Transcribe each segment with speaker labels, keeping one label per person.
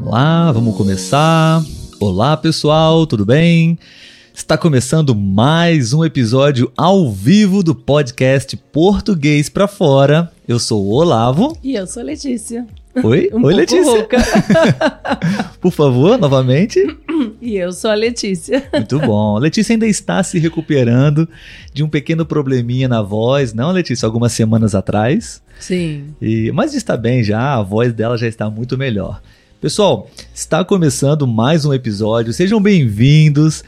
Speaker 1: Vamos lá, vamos começar. Olá pessoal, tudo bem? Está começando mais um episódio ao vivo do podcast Português pra Fora. Eu sou o Olavo.
Speaker 2: E eu sou a Letícia.
Speaker 1: Oi? Oi, Letícia. Por favor, novamente.
Speaker 2: E eu sou a Letícia.
Speaker 1: Muito bom. Letícia ainda está se recuperando de um pequeno probleminha na voz, não, Letícia? Algumas semanas atrás.
Speaker 2: Sim.
Speaker 1: Mas está bem já, a voz dela já está muito melhor. Pessoal, está começando mais um episódio. Sejam bem-vindos.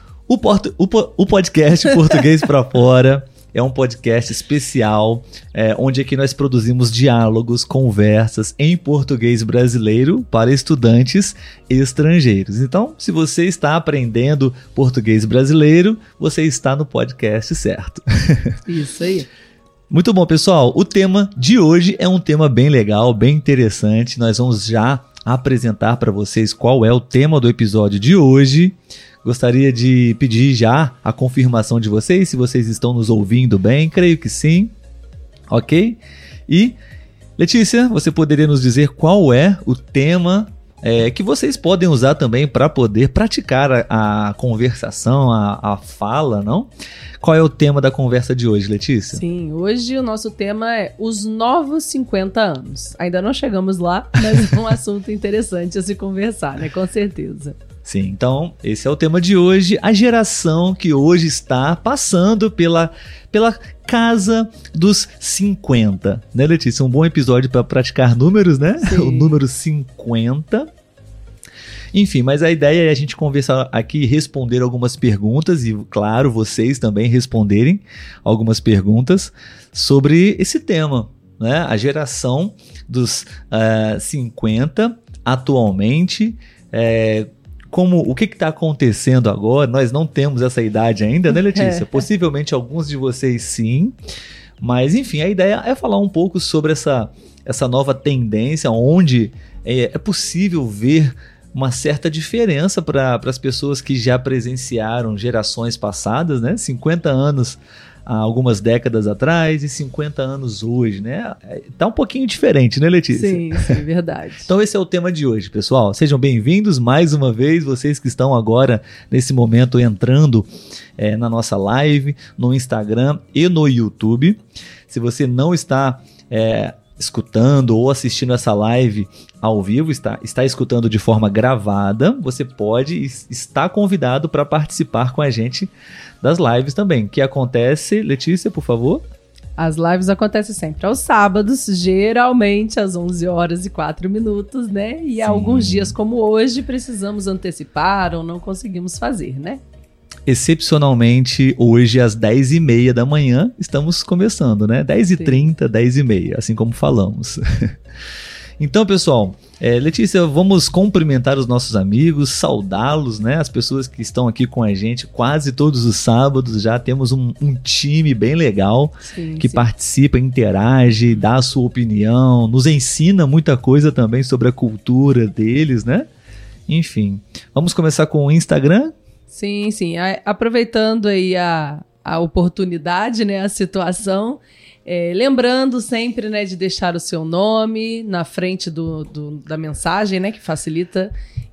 Speaker 1: O podcast Português pra Fora é um podcast especial, onde aqui nós produzimos diálogos, conversas em português brasileiro para estudantes estrangeiros. Então, se você está aprendendo português brasileiro, você está no podcast certo.
Speaker 2: Isso aí.
Speaker 1: Muito bom, pessoal. O tema de hoje é um tema bem legal, bem interessante. Nós vamos já apresentar para vocês qual é o tema do episódio de hoje. Gostaria de pedir já a confirmação de vocês, se vocês estão nos ouvindo bem. Creio que sim. Ok? E, Letícia, você poderia nos dizer qual é o tema que vocês podem usar também para poder praticar a conversação, a fala, não? Qual é o tema da conversa de hoje, Letícia?
Speaker 2: Sim, hoje o nosso tema é os novos 50 anos. Ainda não chegamos lá, mas é um assunto interessante a se conversar, né? Com certeza.
Speaker 1: Sim, então esse é o tema de hoje, a geração que hoje está passando pela casa dos 50, né, Letícia? Um bom episódio para praticar números, né?
Speaker 2: Sim.
Speaker 1: O número 50. Enfim, mas a ideia é a gente conversar aqui e responder algumas perguntas e, claro, vocês também responderem algumas perguntas sobre esse tema, né? A geração dos 50 atualmente, o que está acontecendo agora. Nós não temos essa idade ainda, né, Letícia? Possivelmente alguns de vocês sim, mas enfim, a ideia é falar um pouco sobre essa nova tendência, onde é possível ver uma certa diferença para as pessoas que já presenciaram gerações passadas, né? 50 anos há algumas décadas atrás e 50 anos hoje, né? Tá um pouquinho diferente, né, Letícia?
Speaker 2: Sim, verdade.
Speaker 1: Então esse é o tema de hoje, pessoal. Sejam bem-vindos mais uma vez, vocês que estão agora, nesse momento, entrando na nossa live, no Instagram e no YouTube. Se você não está escutando ou assistindo essa live ao vivo, está escutando de forma gravada, você pode estar convidado para participar com a gente das lives também, que acontece, Letícia, por favor?
Speaker 2: As lives acontecem sempre aos sábados, geralmente às 11h04, né? E alguns dias como hoje precisamos antecipar ou não conseguimos fazer, né?
Speaker 1: Excepcionalmente, hoje às 10h30 da manhã, estamos começando, né? 10h30, 10h30, assim como falamos. Então, pessoal, Letícia, vamos cumprimentar os nossos amigos, saudá-los, né? As pessoas que estão aqui com a gente quase todos os sábados, já temos um time bem legal, que participa, interage, dá a sua opinião, nos ensina muita coisa também sobre a cultura deles, né? Enfim, vamos começar com o Instagram?
Speaker 2: Sim. Aproveitando aí a oportunidade, né, a situação, lembrando sempre, né, de deixar o seu nome na frente da mensagem, né, que facilita.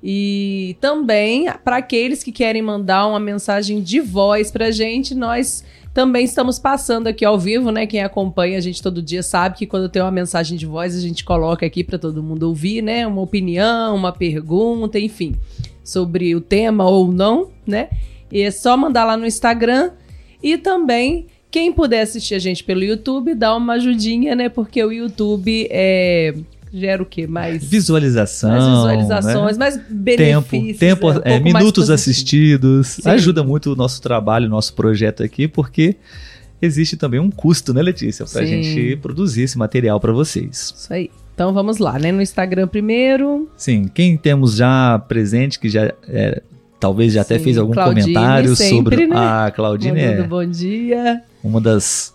Speaker 2: E também, para aqueles que querem mandar uma mensagem de voz pra gente, nós também estamos passando aqui ao vivo, né? Quem acompanha a gente todo dia sabe que quando tem uma mensagem de voz, a gente coloca aqui para todo mundo ouvir, né? Uma opinião, uma pergunta, enfim, sobre o tema ou não, né? E é só mandar lá no Instagram. E também, quem puder assistir a gente pelo YouTube, dá uma ajudinha, né? Porque o YouTube gera o quê? Mais visualizações,
Speaker 1: né?
Speaker 2: mais benefícios.
Speaker 1: Tempo, minutos assistidos. Sim. Ajuda muito o nosso trabalho, o nosso projeto aqui, porque existe também um custo, né, Letícia? Pra gente produzir esse material para vocês.
Speaker 2: Isso aí. Então vamos lá, né? No Instagram primeiro.
Speaker 1: Sim, quem temos já presente, que já talvez já até fez algum
Speaker 2: Claudine,
Speaker 1: comentário
Speaker 2: sempre,
Speaker 1: sobre...
Speaker 2: né?
Speaker 1: A Claudine
Speaker 2: bom dia.
Speaker 1: Uma das...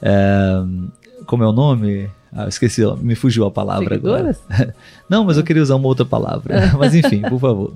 Speaker 1: como é o nome? Esqueci, me fugiu a palavra
Speaker 2: Seguidoras?
Speaker 1: Agora. Não, mas eu queria usar uma outra palavra. Mas enfim, por favor.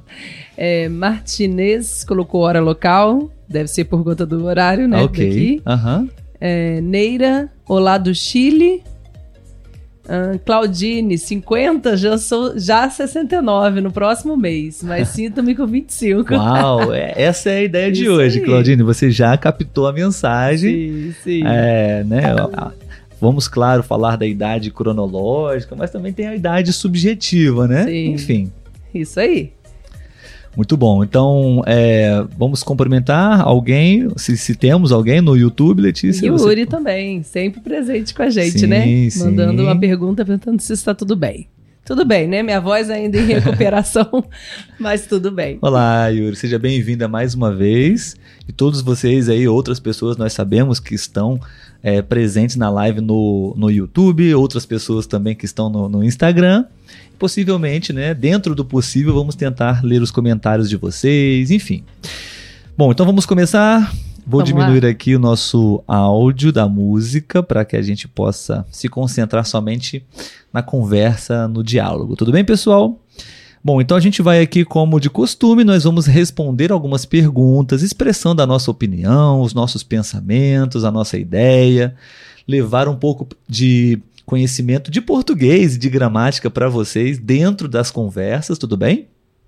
Speaker 2: Martinez colocou hora local, deve ser por conta do horário, né?
Speaker 1: Ok.
Speaker 2: Neira, olá do Chile. Claudine, 50, já 69 no próximo mês, mas sinto-me com 25.
Speaker 1: Uau, essa é a ideia de hoje, Claudine. Você já captou a mensagem.
Speaker 2: Sim.
Speaker 1: Né? Vamos, claro, falar da idade cronológica, mas também tem a idade subjetiva, né?
Speaker 2: Sim.
Speaker 1: Enfim.
Speaker 2: Isso aí.
Speaker 1: Muito bom. Então, vamos cumprimentar alguém, se temos alguém no YouTube, Letícia.
Speaker 2: E o Yuri também, sempre presente com a gente, né? Mandando uma pergunta, perguntando se está tudo bem. Tudo bem, né? Minha voz ainda em recuperação, mas tudo bem.
Speaker 1: Olá, Yuri. Seja bem-vinda mais uma vez. E todos vocês aí, outras pessoas, nós sabemos que estão presentes na live no YouTube, outras pessoas também que estão no Instagram. Possivelmente, né, dentro do possível, vamos tentar ler os comentários de vocês, enfim. Bom, então vamos começar. Vou diminuir aqui o nosso áudio da música para que a gente possa se concentrar somente na conversa, no diálogo. Tudo bem, pessoal? Bom, então a gente vai aqui, como de costume, nós vamos responder algumas perguntas, expressando a nossa opinião, os nossos pensamentos, a nossa ideia, levar um pouco de conhecimento de português e de gramática para vocês dentro das conversas, tudo bem?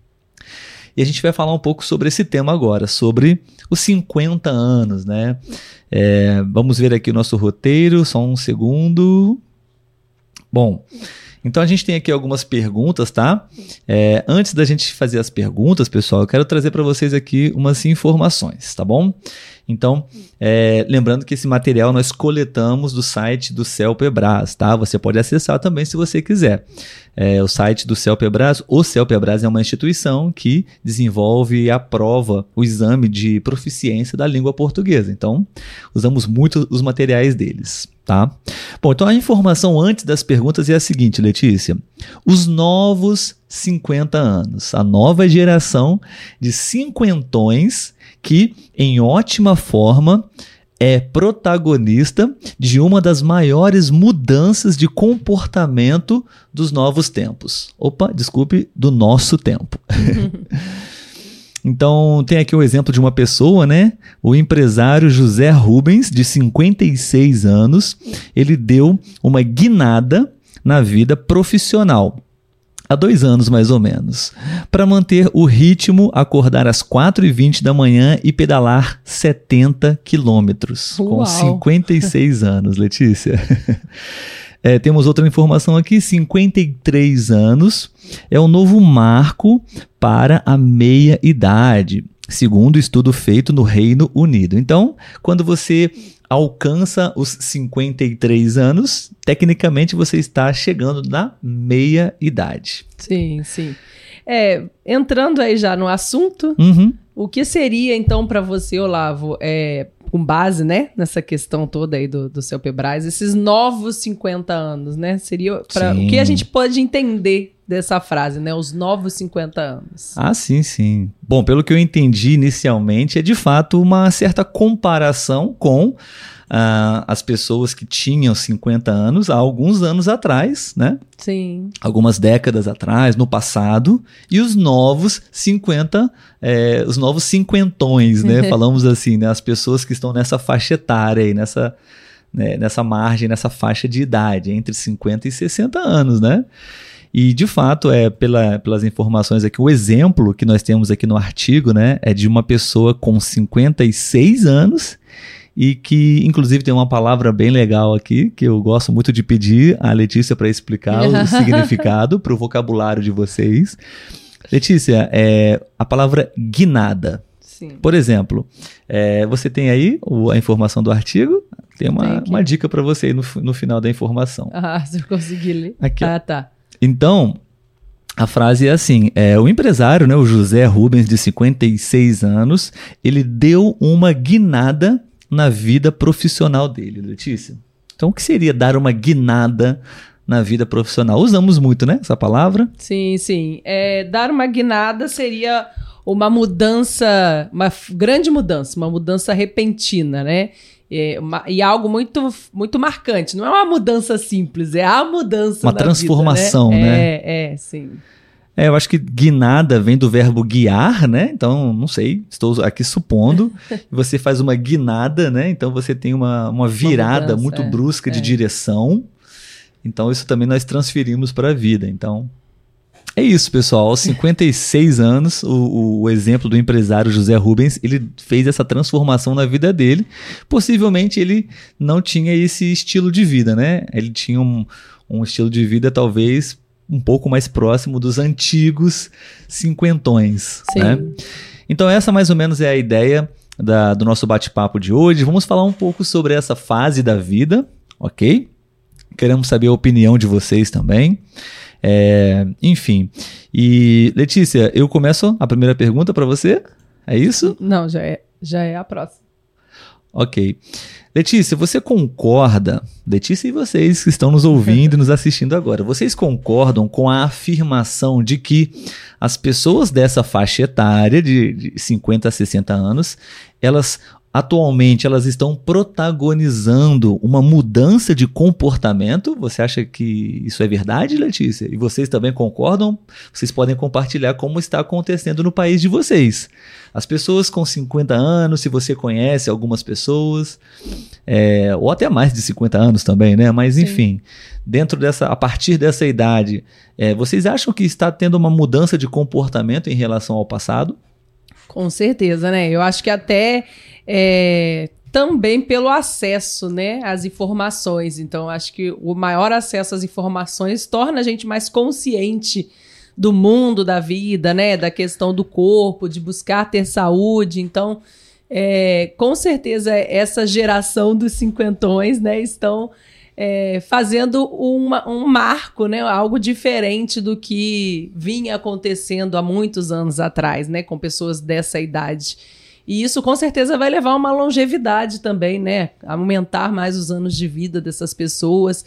Speaker 1: E a gente vai falar um pouco sobre esse tema agora, sobre os 50 anos, né? Vamos ver aqui o nosso roteiro, só um segundo. Bom, então a gente tem aqui algumas perguntas, tá? Antes da gente fazer as perguntas, pessoal, eu quero trazer para vocês aqui umas informações, tá bom? Então, lembrando que esse material nós coletamos do site do CELPE-BRAS, tá? Você pode acessar também se você quiser. O site do CELPE-BRAS. O CELPE-BRAS é uma instituição que desenvolve e aprova o exame de proficiência da língua portuguesa. Então, usamos muito os materiais deles, tá? Bom, então a informação antes das perguntas é a seguinte, Letícia. Os novos 50 anos, a nova geração de cinquentões que, em ótima forma, é protagonista de uma das maiores mudanças de comportamento dos novos tempos. Do nosso tempo. Então, tem aqui o exemplo de uma pessoa, né? O empresário José Rubens, de 56 anos, ele deu uma guinada na vida profissional. Há 2 anos, mais ou menos, para manter o ritmo, acordar às 4h20 da manhã e pedalar 70 quilômetros, com 56 anos, Letícia. Temos outra informação aqui, 53 anos é um novo marco para a meia-idade, segundo estudo feito no Reino Unido. Então, quando você alcança os 53 anos, tecnicamente você está chegando na meia-idade.
Speaker 2: Sim, sim. Entrando aí já no assunto, o que seria então para você, Olavo, com base, né, nessa questão toda aí do CELPE-BRAS, esses novos 50 anos, né? Seria o que a gente pode entender dessa frase, né? Os novos 50 anos.
Speaker 1: Ah, sim. Bom, pelo que eu entendi inicialmente, é de fato uma certa comparação com as pessoas que tinham 50 anos há alguns anos atrás, né?
Speaker 2: Sim.
Speaker 1: Algumas décadas atrás, no passado, e os novos 50, os novos cinquentões, né? Falamos assim, né? As pessoas que estão nessa faixa etária aí, nessa margem, nessa faixa de idade, entre 50 e 60 anos, né? E, de fato, pelas informações aqui, o exemplo que nós temos aqui no artigo, né, é de uma pessoa com 56 anos e que, inclusive, tem uma palavra bem legal aqui, que eu gosto muito de pedir à Letícia para explicar o significado para o vocabulário de vocês. Letícia, a palavra guinada.
Speaker 2: Sim.
Speaker 1: Por exemplo, você tem aí a informação do artigo? Tem uma dica para você aí no final da informação.
Speaker 2: Se eu conseguir ler.
Speaker 1: Aqui,
Speaker 2: tá.
Speaker 1: Então, a frase é assim, o empresário, né, o José Rubens, de 56 anos, ele deu uma guinada na vida profissional dele, Letícia. Então, o que seria dar uma guinada na vida profissional? Usamos muito, né, essa palavra?
Speaker 2: Sim. Dar uma guinada seria uma mudança, uma grande mudança, uma mudança repentina, né? E algo muito, muito marcante. Não é uma mudança simples, é a mudança
Speaker 1: uma transformação,
Speaker 2: vida,
Speaker 1: né?
Speaker 2: Sim.
Speaker 1: Eu acho que guinada vem do verbo guiar, né? Então, não sei, estou aqui supondo. Você faz uma guinada, né? Então, você tem uma virada muito brusca de direção. Então isso também nós transferimos para a vida. Então é isso, pessoal. Aos 56 anos, o exemplo do empresário José Rubens, ele fez essa transformação na vida dele. Possivelmente ele não tinha esse estilo de vida, né? Ele tinha um estilo de vida talvez um pouco mais próximo dos antigos cinquentões.
Speaker 2: Sim.
Speaker 1: Né? Então essa mais ou menos é a ideia do nosso bate-papo de hoje. Vamos falar um pouco sobre essa fase da vida, ok? Queremos saber a opinião de vocês também. Enfim, e Letícia, eu começo a primeira pergunta para você, é isso?
Speaker 2: Não, já é a próxima.
Speaker 1: Ok. Letícia, você concorda, Letícia e vocês que estão nos ouvindo e nos assistindo agora, vocês concordam com a afirmação de que as pessoas dessa faixa etária de 50 a 60 anos, atualmente elas estão protagonizando uma mudança de comportamento? Você acha que isso é verdade, Letícia? E vocês também concordam? Vocês podem compartilhar como está acontecendo no país de vocês. As pessoas com 50 anos, se você conhece algumas pessoas, ou até mais de 50 anos também, né? Mas enfim, a partir dessa idade, vocês acham que está tendo uma mudança de comportamento em relação ao passado?
Speaker 2: Com certeza, né? Eu acho que até também pelo acesso, né, às informações. Então, acho que o maior acesso às informações torna a gente mais consciente do mundo, da vida, né, da questão do corpo, de buscar ter saúde. Então, com certeza, essa geração dos cinquentões, né, estão fazendo um marco, né, algo diferente do que vinha acontecendo há muitos anos atrás, né, com pessoas dessa idade. E isso com certeza vai levar a uma longevidade também, né, aumentar mais os anos de vida dessas pessoas.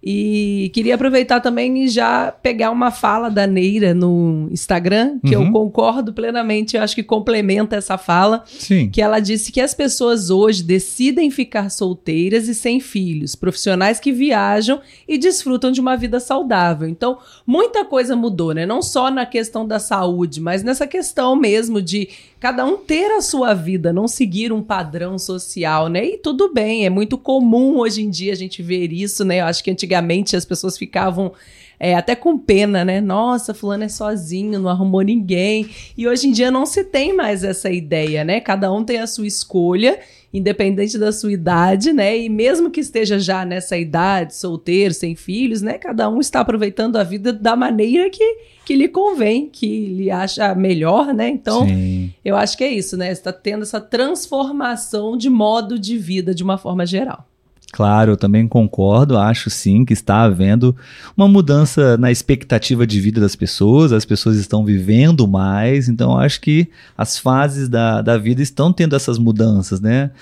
Speaker 2: E queria aproveitar também e já pegar uma fala da Neira no Instagram, que eu concordo plenamente, eu acho que complementa essa fala.
Speaker 1: Sim.
Speaker 2: Que ela disse que as pessoas hoje decidem ficar solteiras e sem filhos, profissionais que viajam e desfrutam de uma vida saudável. Então, muita coisa mudou, né? Não só na questão da saúde, mas nessa questão mesmo de cada um ter a sua vida, não seguir um padrão social, né? E tudo bem, é muito comum hoje em dia a gente ver isso, né? Eu acho que antigamente as pessoas ficavam até com pena, né? Nossa, fulano é sozinho, não arrumou ninguém. E hoje em dia não se tem mais essa ideia, né? Cada um tem a sua escolha, independente da sua idade, né? E mesmo que esteja já nessa idade, solteiro, sem filhos, né? Cada um está aproveitando a vida da maneira que lhe convém, que lhe acha melhor, né? Então, sim, eu acho que é isso, né? Você está tendo essa transformação de modo de vida de uma forma geral.
Speaker 1: Claro, eu também concordo, acho sim que está havendo uma mudança na expectativa de vida das pessoas, as pessoas estão vivendo mais, então acho que as fases da vida estão tendo essas mudanças, né?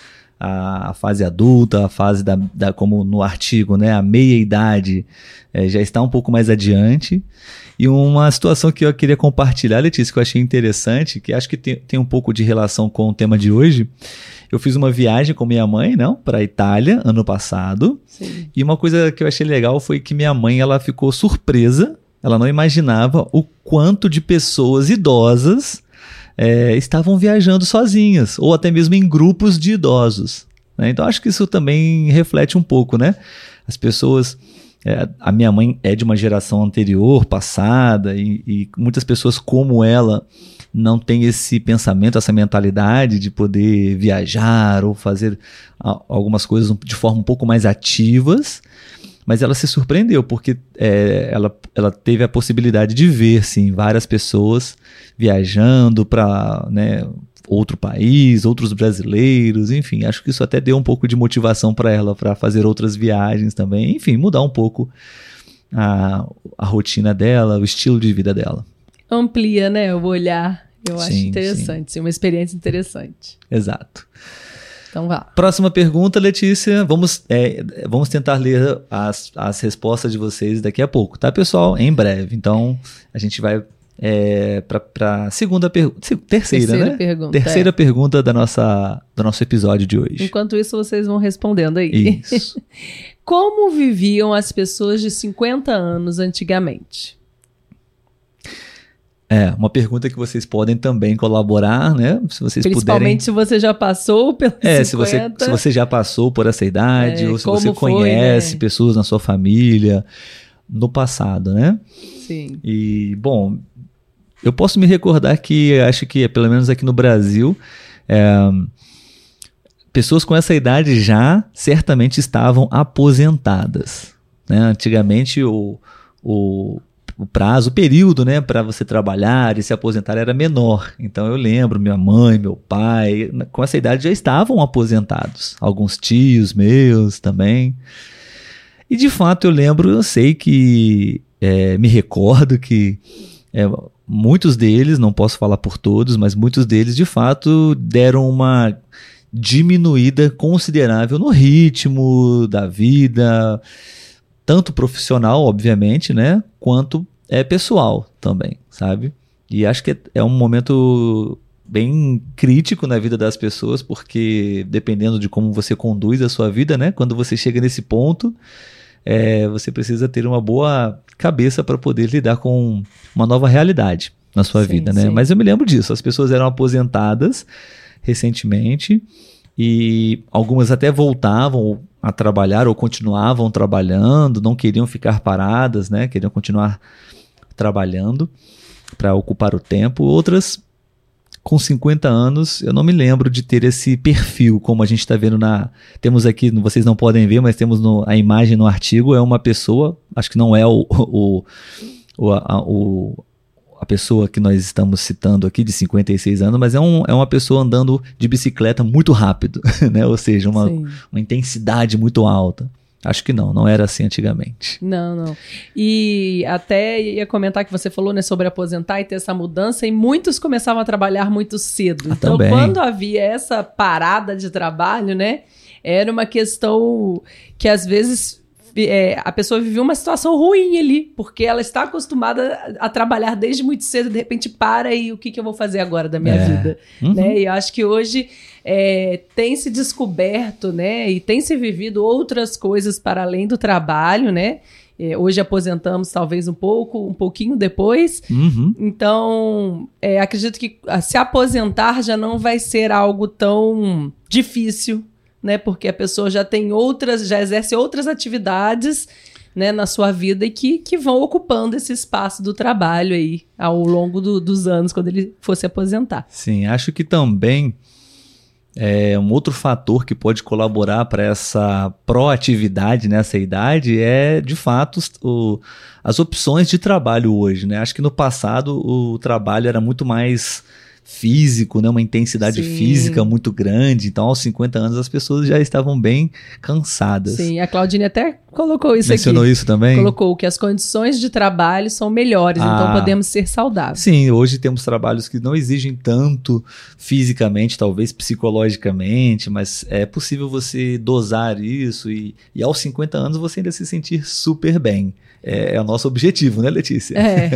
Speaker 1: A fase adulta, a fase como no artigo, né? A meia-idade já está um pouco mais adiante. E uma situação que eu queria compartilhar, Letícia, que eu achei interessante, que acho que tem um pouco de relação com o tema de hoje. Eu fiz uma viagem com minha mãe, não, para a Itália, ano passado. Sim. E uma coisa que eu achei legal foi que minha mãe ela ficou surpresa, ela não imaginava o quanto de pessoas idosas estavam viajando sozinhas, ou até mesmo em grupos de idosos, né? Então acho que isso também reflete um pouco, né? As pessoas... a minha mãe é de uma geração anterior, passada, e muitas pessoas como ela não têm esse pensamento, essa mentalidade de poder viajar ou fazer algumas coisas de forma um pouco mais ativas, mas ela se surpreendeu porque ela teve a possibilidade de ver, sim, várias pessoas viajando para, né, outro país, outros brasileiros, enfim, acho que isso até deu um pouco de motivação para ela para fazer outras viagens também, enfim, mudar um pouco a rotina dela, o estilo de vida dela.
Speaker 2: Amplia, né, o olhar, eu acho interessante, sim, uma experiência interessante.
Speaker 1: Exato.
Speaker 2: Então vá.
Speaker 1: Próxima pergunta, Letícia, vamos tentar ler as respostas de vocês daqui a pouco, tá, pessoal? Em breve, então a gente vai para a segunda pergunta, terceira pergunta, terceira pergunta do nosso episódio de hoje.
Speaker 2: Enquanto isso, vocês vão respondendo aí.
Speaker 1: Isso.
Speaker 2: Como viviam as pessoas de 50 anos antigamente?
Speaker 1: Uma pergunta que vocês podem também colaborar, né? Se vocês
Speaker 2: Principalmente se você já passou pelos 50.
Speaker 1: Se você já passou por essa idade, ou se você conhece, né, pessoas na sua família no passado, né?
Speaker 2: Sim.
Speaker 1: E, bom, eu posso me recordar que, acho que pelo menos aqui no Brasil, pessoas com essa idade já certamente estavam aposentadas, né? Antigamente o período, né, para você trabalhar e se aposentar era menor. Então eu lembro, minha mãe, meu pai, com essa idade já estavam aposentados. Alguns tios meus também. E de fato eu sei que, me recordo que muitos deles, não posso falar por todos, mas muitos deles de fato deram uma diminuída considerável no ritmo da vida, tanto profissional, obviamente, né, quanto pessoal também, sabe? E acho que é um momento bem crítico na vida das pessoas, porque dependendo de como você conduz a sua vida, né, quando você chega nesse ponto, você precisa ter uma boa cabeça para poder lidar com uma nova realidade na sua vida, né? Sim. Mas eu me lembro disso, as pessoas eram aposentadas recentemente e algumas até voltavam a trabalhar ou continuavam trabalhando, não queriam ficar paradas, né? Queriam continuar trabalhando para ocupar o tempo. Outras, com 50 anos, eu não me lembro de ter esse perfil, como a gente está vendo temos aqui, vocês não podem ver, mas temos a imagem no artigo, é uma pessoa, acho que não é a pessoa que nós estamos citando aqui, de 56 anos, mas é uma pessoa andando de bicicleta muito rápido, né? Ou seja, uma intensidade muito alta. Acho que não era assim antigamente.
Speaker 2: Não. E até ia comentar que você falou, né, sobre aposentar e ter essa mudança, e muitos começavam a trabalhar muito cedo. Então, também, quando havia essa parada de trabalho, né, era uma questão que às vezes a pessoa vivia uma situação ruim ali, porque ela está acostumada a trabalhar desde muito cedo, de repente para e o que eu vou fazer agora da minha vida?
Speaker 1: Uhum.
Speaker 2: Né? E eu acho que hoje tem se descoberto, né, e tem se vivido outras coisas para além do trabalho, né? Hoje aposentamos talvez um pouquinho depois.
Speaker 1: Uhum.
Speaker 2: Então, acredito que se aposentar já não vai ser algo tão difícil, né? Porque a pessoa já exerce outras atividades, né, na sua vida e que vão ocupando esse espaço do trabalho aí ao longo dos anos, quando ele for se aposentar.
Speaker 1: Sim, acho que também um outro fator que pode colaborar para essa proatividade nessa idade de fato, as opções de trabalho hoje, né? Acho que no passado o trabalho era muito mais físico, né? Uma intensidade física muito grande. Então, aos 50 anos, as pessoas já estavam bem cansadas.
Speaker 2: Sim, a Claudine até colocou isso
Speaker 1: Mencionou
Speaker 2: aqui.
Speaker 1: Isso também?
Speaker 2: Colocou que as condições de trabalho são melhores, então podemos ser saudáveis.
Speaker 1: Sim, hoje temos trabalhos que não exigem tanto fisicamente, talvez psicologicamente, mas é possível você dosar isso e aos 50 anos você ainda se sentir super bem. É o nosso objetivo, né, Letícia?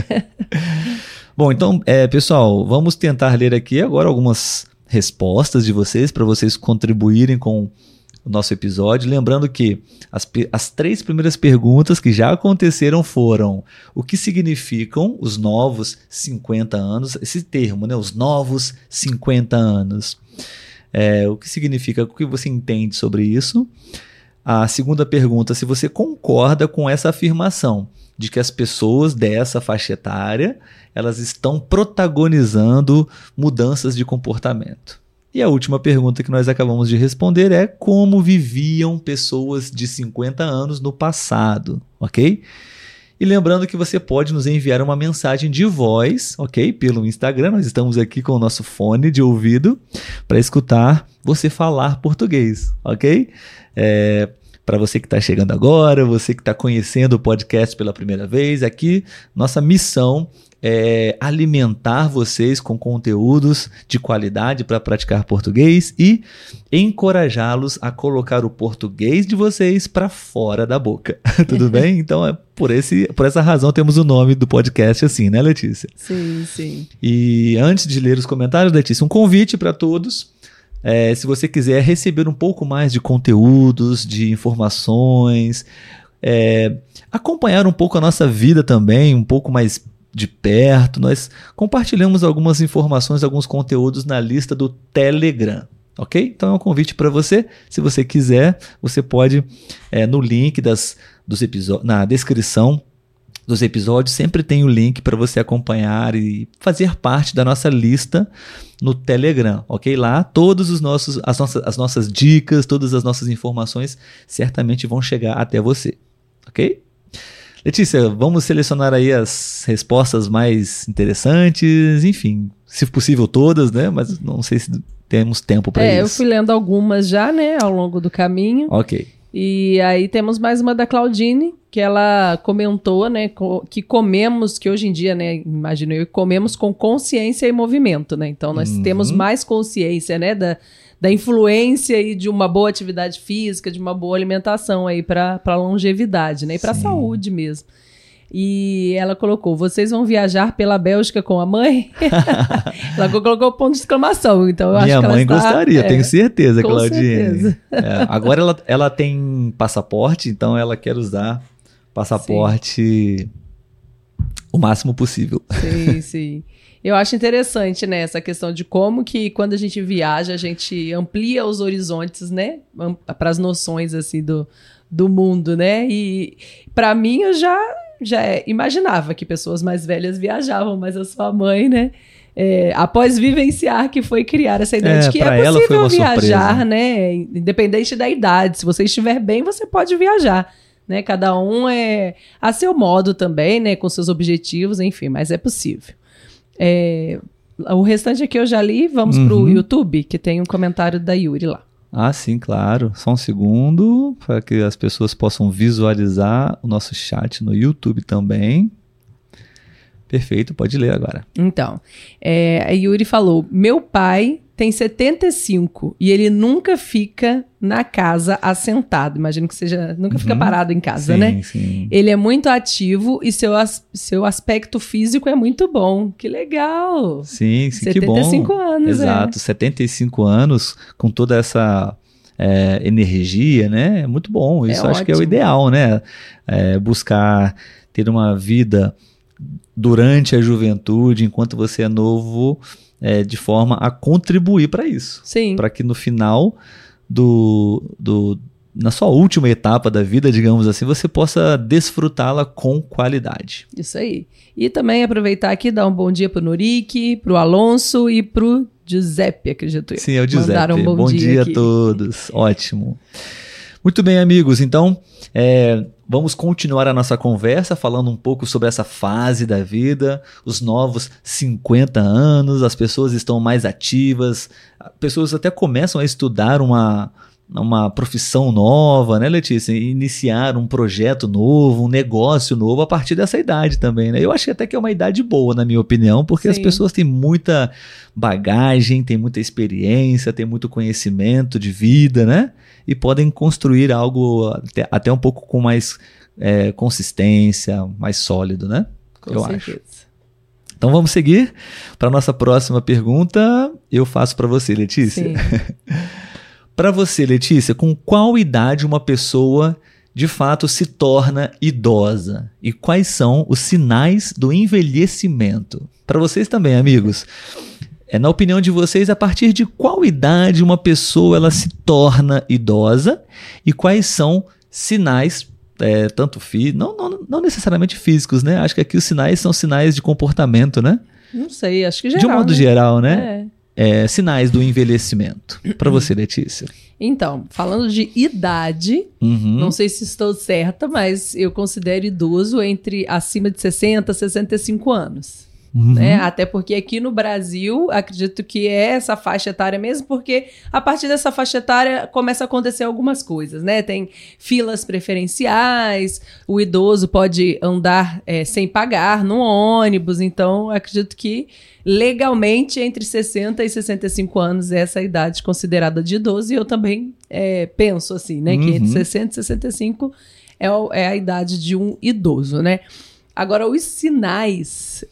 Speaker 1: Bom, então, pessoal, vamos tentar ler aqui agora algumas respostas de vocês, para vocês contribuírem com o nosso episódio. Lembrando que as 3 primeiras perguntas que já aconteceram foram: o que significam os novos 50 anos? Esse termo, né? Os novos 50 anos. O que significa? O que você entende sobre isso? A segunda pergunta: se você concorda com essa afirmação de que as pessoas dessa faixa etária, elas estão protagonizando mudanças de comportamento. E a última pergunta que nós acabamos de responder é: como viviam pessoas de 50 anos no passado, ok? E lembrando que você pode nos enviar uma mensagem de voz, ok? Pelo Instagram, nós estamos aqui com o nosso fone de ouvido para escutar você falar português, ok? Para você que está chegando agora, você que está conhecendo o podcast pela primeira vez, aqui nossa missão é alimentar vocês com conteúdos de qualidade para praticar português e encorajá-los a colocar o português de vocês para fora da boca. Tudo bem? Então, por essa razão temos o nome do podcast assim, né, Letícia?
Speaker 2: Sim, sim.
Speaker 1: E antes de ler os comentários, Letícia, um convite para todos. Se você quiser receber um pouco mais de conteúdos, de informações, acompanhar um pouco a nossa vida também, um pouco mais de perto. Nós compartilhamos algumas informações, alguns conteúdos na lista do Telegram. Ok? Então é um convite para você. Se você quiser, você pode, no link dos episódios, na descrição dos episódios, sempre tem o link para você acompanhar e fazer parte da nossa lista no Telegram, ok? Lá todos as nossas dicas, todas as nossas informações certamente vão chegar até você, ok? Letícia, vamos selecionar aí as respostas mais interessantes, enfim, se possível todas, né? Mas não sei se temos tempo para isso.
Speaker 2: Eu fui lendo algumas já, né, ao longo do caminho.
Speaker 1: Ok.
Speaker 2: E aí temos mais uma da Claudine, que ela comentou, né, que comemos, que hoje em dia, né, imagino eu, comemos com consciência e movimento, né? Então nós temos mais consciência, né, da influência e de uma boa atividade física, de uma boa alimentação aí para longevidade, né, e para saúde mesmo. E ela colocou, vocês vão viajar pela Bélgica com a mãe? Ela colocou ponto de exclamação, então eu acho que ela
Speaker 1: Minha mãe gostaria, tenho certeza,
Speaker 2: com
Speaker 1: Claudine.
Speaker 2: Certeza.
Speaker 1: Agora ela tem passaporte, então ela quer usar passaporte o máximo possível.
Speaker 2: Sim, sim. Eu acho interessante, né, essa questão de como que quando a gente viaja, a gente amplia os horizontes, né, para as noções, assim, do mundo, né, e para mim eu já imaginava que pessoas mais velhas viajavam, mas a sua mãe, né, após vivenciar que foi criar essa ideia de que é possível viajar, surpresa, né, independente da idade, se você estiver bem, você pode viajar, né, cada um a seu modo também, né, com seus objetivos, enfim, mas é possível. O restante aqui eu já li, vamos pro YouTube, que tem um comentário da Yuri lá.
Speaker 1: Ah, sim, claro. Só um segundo, para que as pessoas possam visualizar o nosso chat no YouTube também. Perfeito, pode ler agora.
Speaker 2: Então, a Yuri falou, meu pai tem 75 e ele nunca fica na casa assentado. Imagino que nunca fica parado em casa, né?
Speaker 1: Sim.
Speaker 2: Ele é muito ativo e seu aspecto físico é muito bom. Que legal!
Speaker 1: Sim, que bom.
Speaker 2: 75 anos,
Speaker 1: Exato, 75 anos com toda essa energia, né? É muito bom. Isso acho que é o ideal, né? Buscar ter uma vida durante a juventude, enquanto você é novo, de forma a contribuir para isso.
Speaker 2: Sim.
Speaker 1: Para que no final na sua última etapa da vida, digamos assim, você possa desfrutá-la com qualidade.
Speaker 2: Isso aí. E também aproveitar aqui e dar um bom dia pro Norique, pro Alonso e pro Giuseppe, acredito eu.
Speaker 1: Sim, é o Giuseppe.
Speaker 2: Mandaram um bom dia
Speaker 1: a todos. Ótimo. Muito bem, amigos. Então, vamos continuar a nossa conversa falando um pouco sobre essa fase da vida, os novos 50 anos, as pessoas estão mais ativas, pessoas até começam a estudar uma profissão nova, né, Letícia? Iniciar um projeto novo, um negócio novo a partir dessa idade também, né? Eu acho até que é uma idade boa, na minha opinião, porque as pessoas têm muita bagagem, têm muita experiência, têm muito conhecimento de vida, né? E podem construir algo até um pouco com mais consistência, mais sólido, né?
Speaker 2: Com certeza.
Speaker 1: Acho. Então vamos seguir para a nossa próxima pergunta. Eu faço para você, Letícia.
Speaker 2: Sim.
Speaker 1: Para você, Letícia, com qual idade uma pessoa de fato se torna idosa? E quais são os sinais do envelhecimento? Para vocês também, amigos. Na opinião de vocês, a partir de qual idade uma pessoa ela se torna idosa? E quais são sinais, tanto não necessariamente físicos, né? Acho que aqui os sinais são sinais de comportamento, né?
Speaker 2: Não sei, acho que geral.
Speaker 1: De um modo geral,
Speaker 2: né?
Speaker 1: Sinais do envelhecimento. Para você, Letícia.
Speaker 2: Então, falando de idade, não sei se estou certa, mas eu considero idoso acima de 60 e 65 anos. Né? Até porque aqui no Brasil, acredito que é essa faixa etária mesmo, porque a partir dessa faixa etária começa a acontecer algumas coisas, né? Tem filas preferenciais, o idoso pode andar sem pagar no ônibus, então acredito que legalmente entre 60 e 65 anos é essa idade considerada de idoso, e eu também penso assim, né? Que entre 60 e 65 é a idade de um idoso, né? Agora, os sinais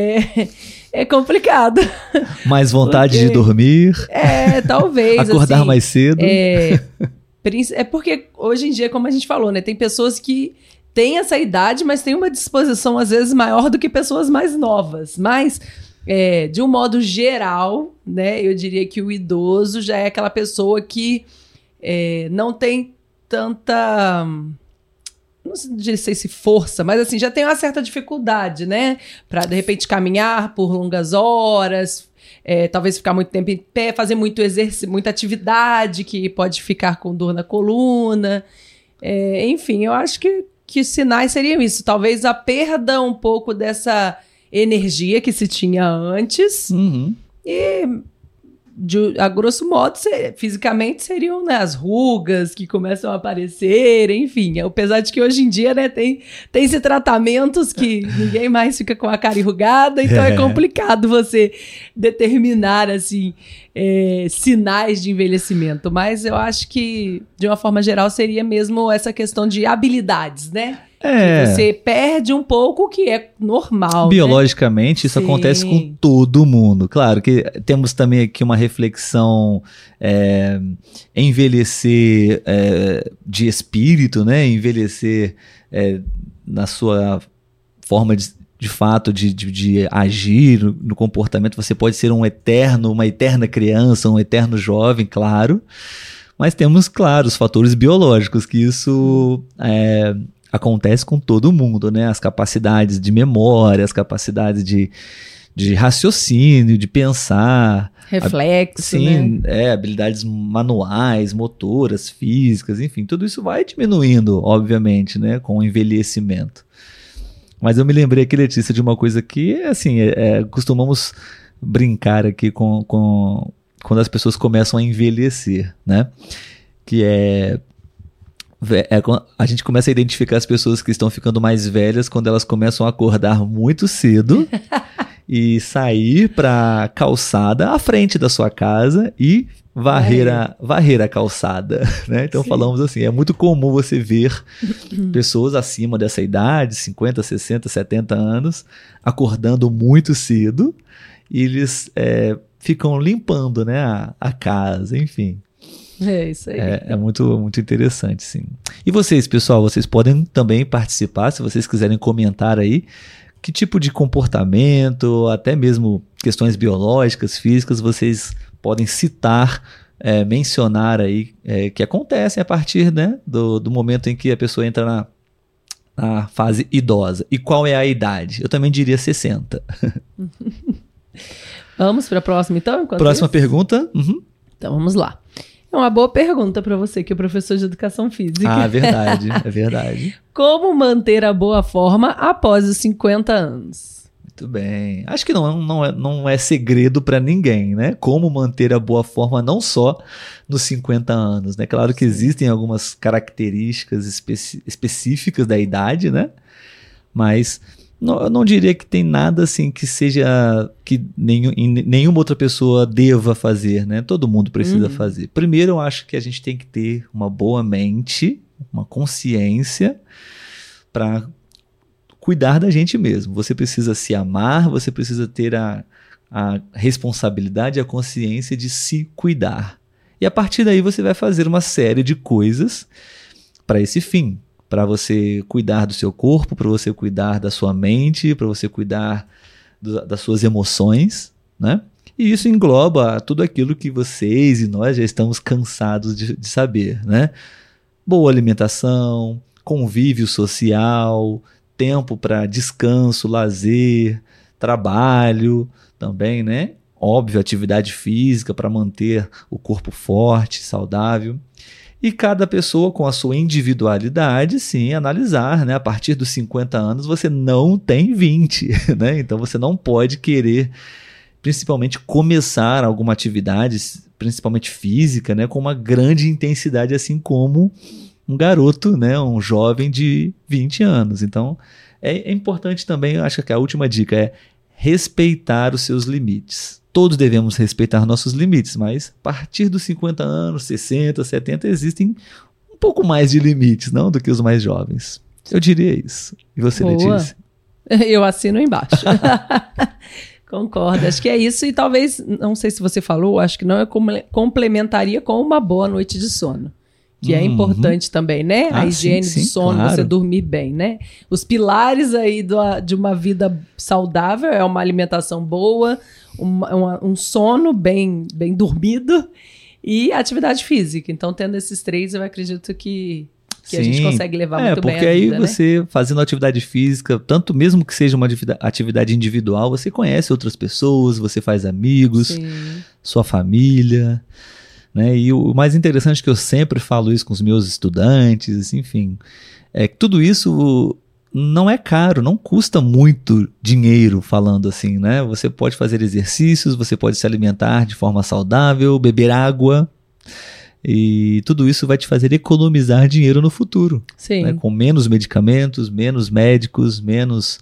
Speaker 2: é complicado.
Speaker 1: Mais vontade de dormir.
Speaker 2: Talvez.
Speaker 1: Acordar
Speaker 2: assim,
Speaker 1: mais cedo.
Speaker 2: É porque hoje em dia, como a gente falou, né? Tem pessoas que tem essa idade, mas tem uma disposição, às vezes, maior do que pessoas mais novas. Mas, de um modo geral, né, eu diria que o idoso já é aquela pessoa que não tem tanta... Não sei se força, mas assim, já tem uma certa dificuldade, né? Para, de repente, caminhar por longas horas, talvez ficar muito tempo em pé, fazer muito exercício, muita atividade, que pode ficar com dor na coluna. Enfim, eu acho que os sinais seriam isso. Talvez a perda um pouco dessa energia que se tinha antes.
Speaker 1: Uhum.
Speaker 2: E, a grosso modo, fisicamente seriam, né, as rugas que começam a aparecer, enfim. Apesar de que hoje em dia, né, tem-se tratamentos que ninguém mais fica com a cara enrugada, então é complicado você determinar, assim, sinais de envelhecimento. Mas eu acho que, de uma forma geral, seria mesmo essa questão de habilidades, né? Que você perde um pouco, o que é normal.
Speaker 1: Biologicamente,
Speaker 2: né?
Speaker 1: Isso acontece com todo mundo. Claro que temos também aqui uma reflexão envelhecer de espírito, né? Envelhecer na sua forma de fato de agir no comportamento. Você pode ser uma eterna criança, um eterno jovem, claro. Mas temos, claro, os fatores biológicos, que isso acontece com todo mundo, né? As capacidades de memória, as capacidades de raciocínio, de pensar.
Speaker 2: Reflexo, né?
Speaker 1: Habilidades manuais, motoras, físicas, enfim, tudo isso vai diminuindo, obviamente, né? Com o envelhecimento. Mas eu me lembrei aqui, Letícia, de uma coisa que, assim, costumamos brincar aqui quando as pessoas começam a envelhecer, né? Que a gente começa a identificar as pessoas que estão ficando mais velhas quando elas começam a acordar muito cedo e sair para a calçada à frente da sua casa e varrer a calçada, né? Então falamos assim, é muito comum você ver pessoas acima dessa idade, 50, 60, 70 anos, acordando muito cedo e eles ficam limpando, né, a casa, enfim.
Speaker 2: É isso aí.
Speaker 1: É muito, muito interessante, sim. E vocês, pessoal, vocês podem também participar, se vocês quiserem comentar aí, que tipo de comportamento, até mesmo questões biológicas, físicas, vocês podem citar, mencionar aí, que acontecem a partir, né, do momento em que a pessoa entra na fase idosa. E qual é a idade? Eu também diria 60.
Speaker 2: Vamos para a próxima, então?
Speaker 1: Próxima pergunta. Uhum.
Speaker 2: Então, vamos lá. É uma boa pergunta para você, que é professor de educação física.
Speaker 1: É verdade, é verdade.
Speaker 2: Como manter a boa forma após os 50 anos?
Speaker 1: Muito bem. Acho que não é segredo para ninguém, né? Como manter a boa forma não só nos 50 anos, né? Claro que existem algumas características específicas da idade, né? Mas eu não diria que tem nada assim que seja que nenhuma outra pessoa deva fazer, né? Todo mundo precisa fazer. Primeiro, eu acho que a gente tem que ter uma boa mente, uma consciência para cuidar da gente mesmo. Você precisa se amar, você precisa ter a responsabilidade e a consciência de se cuidar. E a partir daí você vai fazer uma série de coisas para esse fim. Para você cuidar do seu corpo, para você cuidar da sua mente, para você cuidar das suas emoções, né? E isso engloba tudo aquilo que vocês e nós já estamos cansados de saber, né? Boa alimentação, convívio social, tempo para descanso, lazer, trabalho também, né? Óbvio, atividade física para manter o corpo forte, saudável. E cada pessoa com a sua individualidade, sim, analisar, né? A partir dos 50 anos você não tem 20, né? Então você não pode querer, principalmente, começar alguma atividade, principalmente física, né? Com uma grande intensidade, assim como um garoto, né? Um jovem de 20 anos. Então é importante também, eu acho que a última dica é respeitar os seus limites. Todos devemos respeitar nossos limites, mas a partir dos 50 anos, 60, 70, existem um pouco mais de limites, não, do que os mais jovens. Eu diria isso. E você, Letícia?
Speaker 2: Eu assino embaixo. Concordo, acho que é isso. E talvez, não sei se você falou, acho que não, eu complementaria com uma boa noite de sono. que é importante também, né? A higiene do sono, claro. Você dormir bem, né? Os pilares aí de uma vida saudável é uma alimentação boa, um sono bem dormido e atividade física. Então, tendo esses três, eu acredito que a gente consegue levar muito bem a vida,
Speaker 1: porque aí você, fazendo atividade física, tanto mesmo que seja uma atividade individual, você conhece outras pessoas, você faz amigos, sua família, né? E o mais interessante, que eu sempre falo isso com os meus estudantes, enfim, é que tudo isso não é caro, não custa muito dinheiro, falando assim, né? Você pode fazer exercícios, você pode se alimentar de forma saudável, beber água, e tudo isso vai te fazer economizar dinheiro no futuro.
Speaker 2: Sim.
Speaker 1: Né? Com menos medicamentos, menos médicos, menos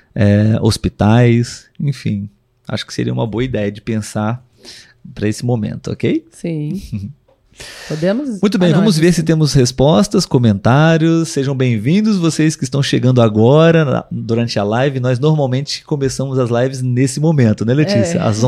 Speaker 1: hospitais, enfim. Acho que seria uma boa ideia de pensar para esse momento, ok?
Speaker 2: Sim. Podemos?
Speaker 1: Muito bem, vamos ver se temos respostas, comentários. Sejam bem-vindos vocês que estão chegando agora durante a live. Nós normalmente começamos as lives nesse momento, né, Letícia? Às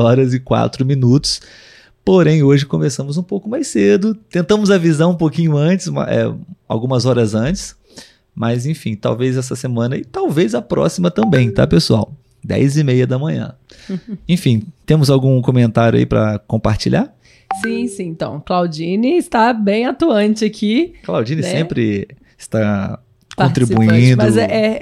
Speaker 1: 11h04. Porém, hoje começamos um pouco mais cedo. Tentamos avisar um pouquinho antes, algumas horas antes. Mas, enfim, talvez essa semana e talvez a próxima também, tá, pessoal? 10h30 da manhã. Enfim, temos algum comentário aí para compartilhar?
Speaker 2: Sim. Então, Claudine está bem atuante aqui.
Speaker 1: Claudine, né? Sempre está contribuindo.
Speaker 2: Mas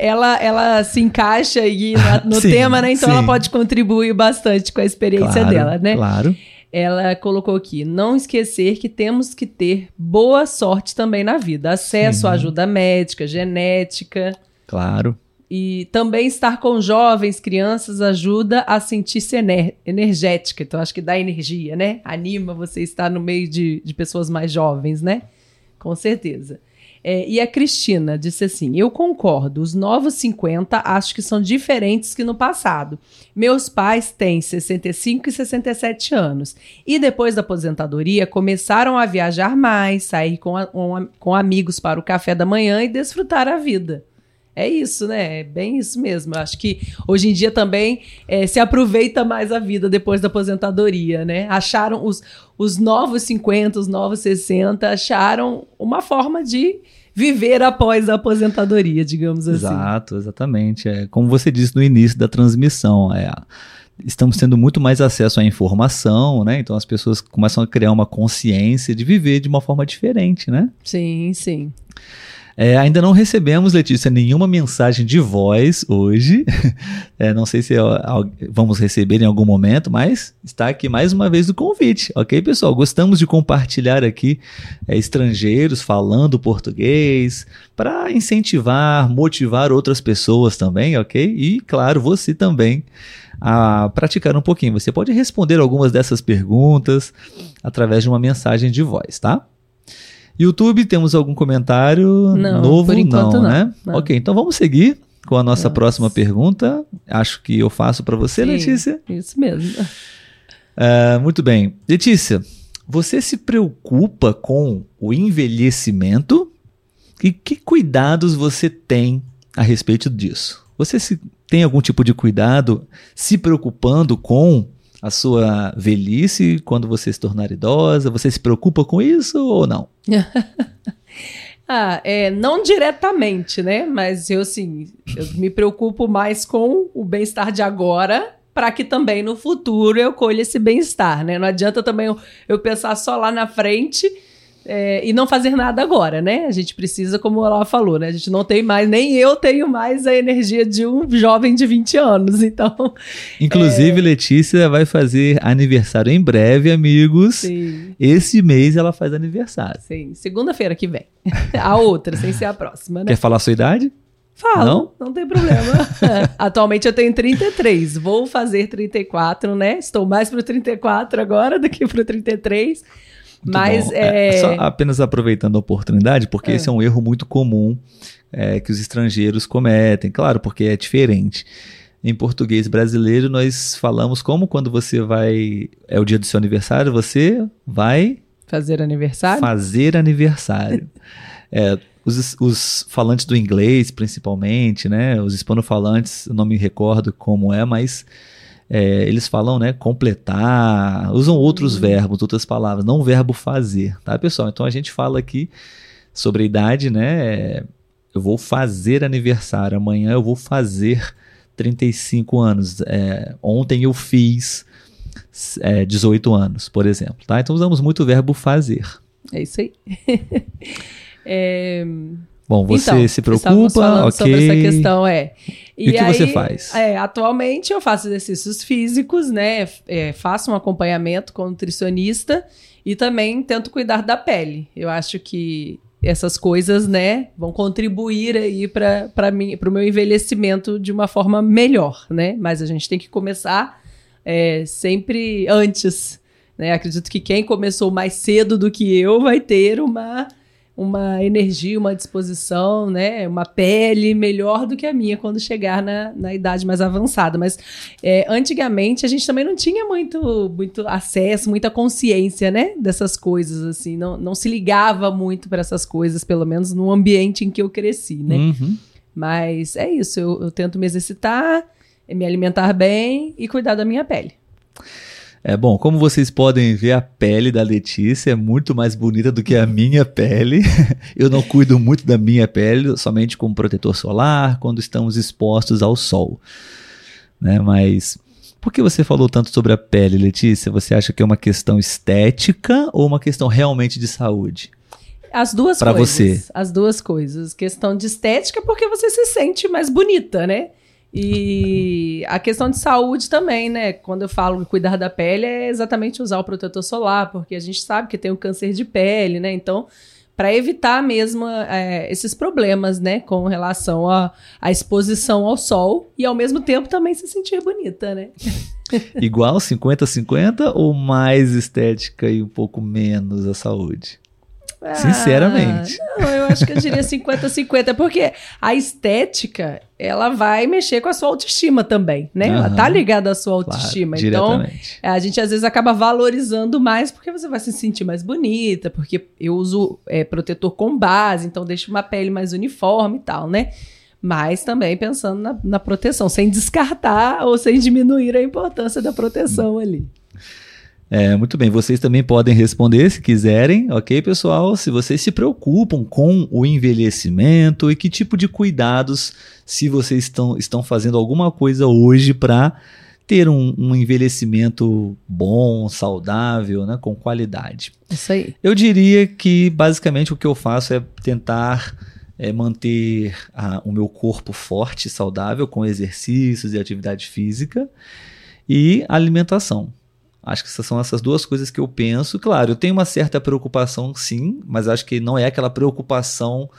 Speaker 2: ela se encaixa aí no tema, né? Então ela pode contribuir bastante com a experiência dela, né?
Speaker 1: Claro.
Speaker 2: Ela colocou aqui, não esquecer que temos que ter boa sorte também na vida. Acesso à ajuda médica, genética.
Speaker 1: Claro.
Speaker 2: E também estar com jovens, crianças, ajuda a sentir-se energética. Então, acho que dá energia, né? Anima você estar no meio de pessoas mais jovens, né? Com certeza. E a Cristina disse assim, eu concordo, os novos 50 acho que são diferentes que no passado. Meus pais têm 65 e 67 anos. E depois da aposentadoria, começaram a viajar mais, sair com amigos para o café da manhã e desfrutar a vida. É isso, né? É bem isso mesmo. Eu acho que hoje em dia também se aproveita mais a vida depois da aposentadoria, né? Acharam os novos 50, os novos 60, acharam uma forma de viver após a aposentadoria, digamos assim.
Speaker 1: Exato, exatamente. Como você disse no início da transmissão, estamos tendo muito mais acesso à informação, né? Então as pessoas começam a criar uma consciência de viver de uma forma diferente, né?
Speaker 2: Sim.
Speaker 1: Ainda não recebemos, Letícia, nenhuma mensagem de voz hoje. Não sei se vamos receber em algum momento, mas está aqui mais uma vez o convite, ok, pessoal? Gostamos de compartilhar aqui estrangeiros falando português para incentivar, motivar outras pessoas também, ok? E, claro, você também a praticar um pouquinho. Você pode responder algumas dessas perguntas através de uma mensagem de voz, tá? YouTube, temos algum comentário novo?
Speaker 2: Por enquanto não,
Speaker 1: né? Não. Ok, então vamos seguir com a nossa próxima pergunta. Acho que eu faço para você,
Speaker 2: sim,
Speaker 1: Letícia.
Speaker 2: Isso mesmo.
Speaker 1: Muito bem. Letícia, você se preocupa com o envelhecimento? E que cuidados você tem a respeito disso? Você tem algum tipo de cuidado se preocupando com a sua velhice quando você se tornar idosa? Você se preocupa com isso ou não?
Speaker 2: Não diretamente, né? Mas eu me preocupo mais com o bem-estar de agora, para que também no futuro eu colha esse bem-estar, né? Não adianta também eu pensar só lá na frente e não fazer nada agora, né? A gente precisa, como ela falou, né? A gente não tem mais, nem eu tenho mais a energia de um jovem de 20 anos, então...
Speaker 1: Inclusive, Letícia vai fazer aniversário em breve, amigos.
Speaker 2: Sim.
Speaker 1: Esse mês ela faz aniversário.
Speaker 2: Sim, segunda-feira que vem. A outra, sem ser a próxima, né?
Speaker 1: Quer falar a sua idade?
Speaker 2: Falo, não tem problema. Atualmente eu tenho 33, vou fazer 34, né? Estou mais pro 34 agora do que pro 33.
Speaker 1: Muito
Speaker 2: mas
Speaker 1: bom. Só apenas aproveitando a oportunidade, porque esse é um erro muito comum que os estrangeiros cometem, claro, porque é diferente. Em português brasileiro, nós falamos como quando você vai... É o dia do seu aniversário, você vai...
Speaker 2: Fazer aniversário?
Speaker 1: Fazer aniversário. Os falantes do inglês, principalmente, né? Os hispanofalantes, eu não me recordo como mas eles falam, né, completar, usam outros verbos, outras palavras, não o verbo fazer, tá, pessoal? Então a gente fala aqui sobre a idade, né, eu vou fazer aniversário, amanhã eu vou fazer 35 anos, ontem eu fiz 18 anos, por exemplo, tá? Então usamos muito o verbo fazer.
Speaker 2: É isso aí.
Speaker 1: Bom, você
Speaker 2: então,
Speaker 1: se preocupa, ok.
Speaker 2: Sobre essa questão,
Speaker 1: E o que você faz?
Speaker 2: Atualmente eu faço exercícios físicos, né? Faço um acompanhamento com nutricionista e também tento cuidar da pele. Eu acho que essas coisas, né, vão contribuir aí para o meu envelhecimento de uma forma melhor, né? Mas a gente tem que começar sempre antes, né? Acredito que quem começou mais cedo do que eu vai ter uma energia, uma disposição, né, uma pele melhor do que a minha quando chegar na idade mais avançada. Mas antigamente a gente também não tinha muito acesso, muita consciência, né, dessas coisas, assim, não se ligava muito para essas coisas, pelo menos no ambiente em que eu cresci, né.
Speaker 1: Uhum.
Speaker 2: Mas é isso, eu tento me exercitar, me alimentar bem e cuidar da minha pele.
Speaker 1: Bom, como vocês podem ver, a pele da Letícia é muito mais bonita do que a minha pele. Eu não cuido muito da minha pele, somente com protetor solar, quando estamos expostos ao sol, né? Mas por que você falou tanto sobre a pele, Letícia? Você acha que é uma questão estética ou uma questão realmente de saúde?
Speaker 2: As duas
Speaker 1: pra
Speaker 2: coisas.
Speaker 1: Você.
Speaker 2: As duas coisas. Questão de estética, porque você se sente mais bonita, né? E a questão de saúde também, né? Quando eu falo em cuidar da pele, é exatamente usar o protetor solar, porque a gente sabe que tem o câncer de pele, né? Então, para evitar mesmo esses problemas, né? Com relação à exposição ao sol e, ao mesmo tempo, também se sentir bonita, né?
Speaker 1: Igual 50-50 ou mais estética e um pouco menos a saúde? Sinceramente.
Speaker 2: Não, eu acho que eu diria 50-50, porque a estética, ela vai mexer com a sua autoestima também, né? Ela tá ligada à sua autoestima.
Speaker 1: Claro,
Speaker 2: então, a gente às vezes acaba valorizando mais porque você vai se sentir mais bonita, porque eu uso protetor com base, então deixa uma pele mais uniforme e tal, né? Mas também pensando na proteção, sem descartar ou sem diminuir a importância da proteção ali.
Speaker 1: Muito bem, vocês também podem responder se quiserem, ok, pessoal? Se vocês se preocupam com o envelhecimento e que tipo de cuidados, se vocês estão fazendo alguma coisa hoje para ter um envelhecimento bom, saudável, né, com qualidade.
Speaker 2: Isso aí.
Speaker 1: Eu diria que basicamente o que eu faço é tentar manter o meu corpo forte, saudável, com exercícios e atividade física e alimentação. Acho que são essas duas coisas que eu penso. Claro, eu tenho uma certa preocupação, sim, mas acho que não é aquela preocupação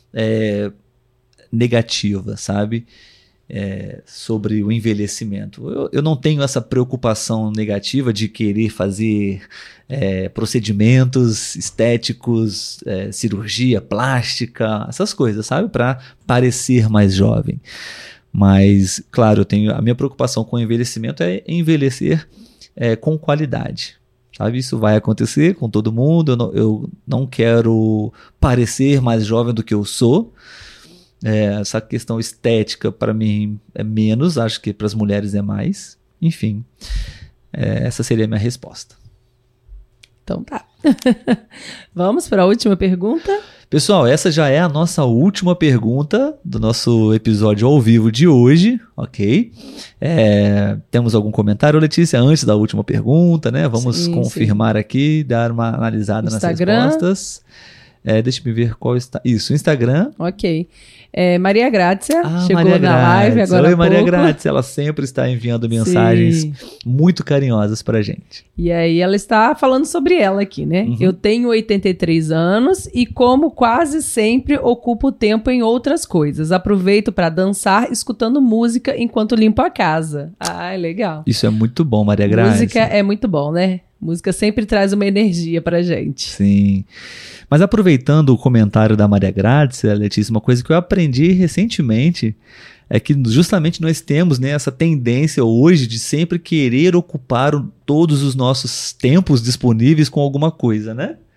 Speaker 1: negativa, sabe? Sobre o envelhecimento. Eu não tenho essa preocupação negativa de querer fazer procedimentos estéticos, cirurgia plástica, essas coisas, sabe? Para parecer mais jovem. Mas, claro, a minha preocupação com o envelhecimento é envelhecer com qualidade, sabe? Isso vai acontecer com todo mundo. Eu não quero parecer mais jovem do que eu sou. Essa questão estética para mim é menos, acho que para as mulheres é mais. Enfim, essa seria a minha resposta.
Speaker 2: Então tá. Vamos para a última pergunta?
Speaker 1: Pessoal, essa já é a nossa última pergunta do nosso episódio ao vivo de hoje, ok? Temos algum comentário, Letícia, antes da última pergunta, né? Vamos confirmar aqui, dar uma analisada
Speaker 2: Instagram.
Speaker 1: Nas respostas. Deixa eu ver qual está. Isso, Instagram.
Speaker 2: Ok. Maria Grácia chegou
Speaker 1: Maria
Speaker 2: na live agora.
Speaker 1: Oi,
Speaker 2: há
Speaker 1: Maria
Speaker 2: pouco.
Speaker 1: Grácia, ela sempre está enviando mensagens muito carinhosas pra gente.
Speaker 2: E aí ela está falando sobre ela aqui, né?
Speaker 1: Uhum.
Speaker 2: Eu tenho 83 anos e, como quase sempre, ocupo tempo em outras coisas. Aproveito para dançar escutando música enquanto limpo a casa. Legal.
Speaker 1: Isso é muito bom, Maria Grácia.
Speaker 2: Música é muito bom, né? Música sempre traz uma energia pra gente.
Speaker 1: Sim. Mas aproveitando o comentário da Maria Grácia, Letícia, uma coisa que eu aprendi recentemente é que justamente nós temos, né, essa tendência hoje de sempre querer ocupar todos os nossos tempos disponíveis com alguma coisa, né?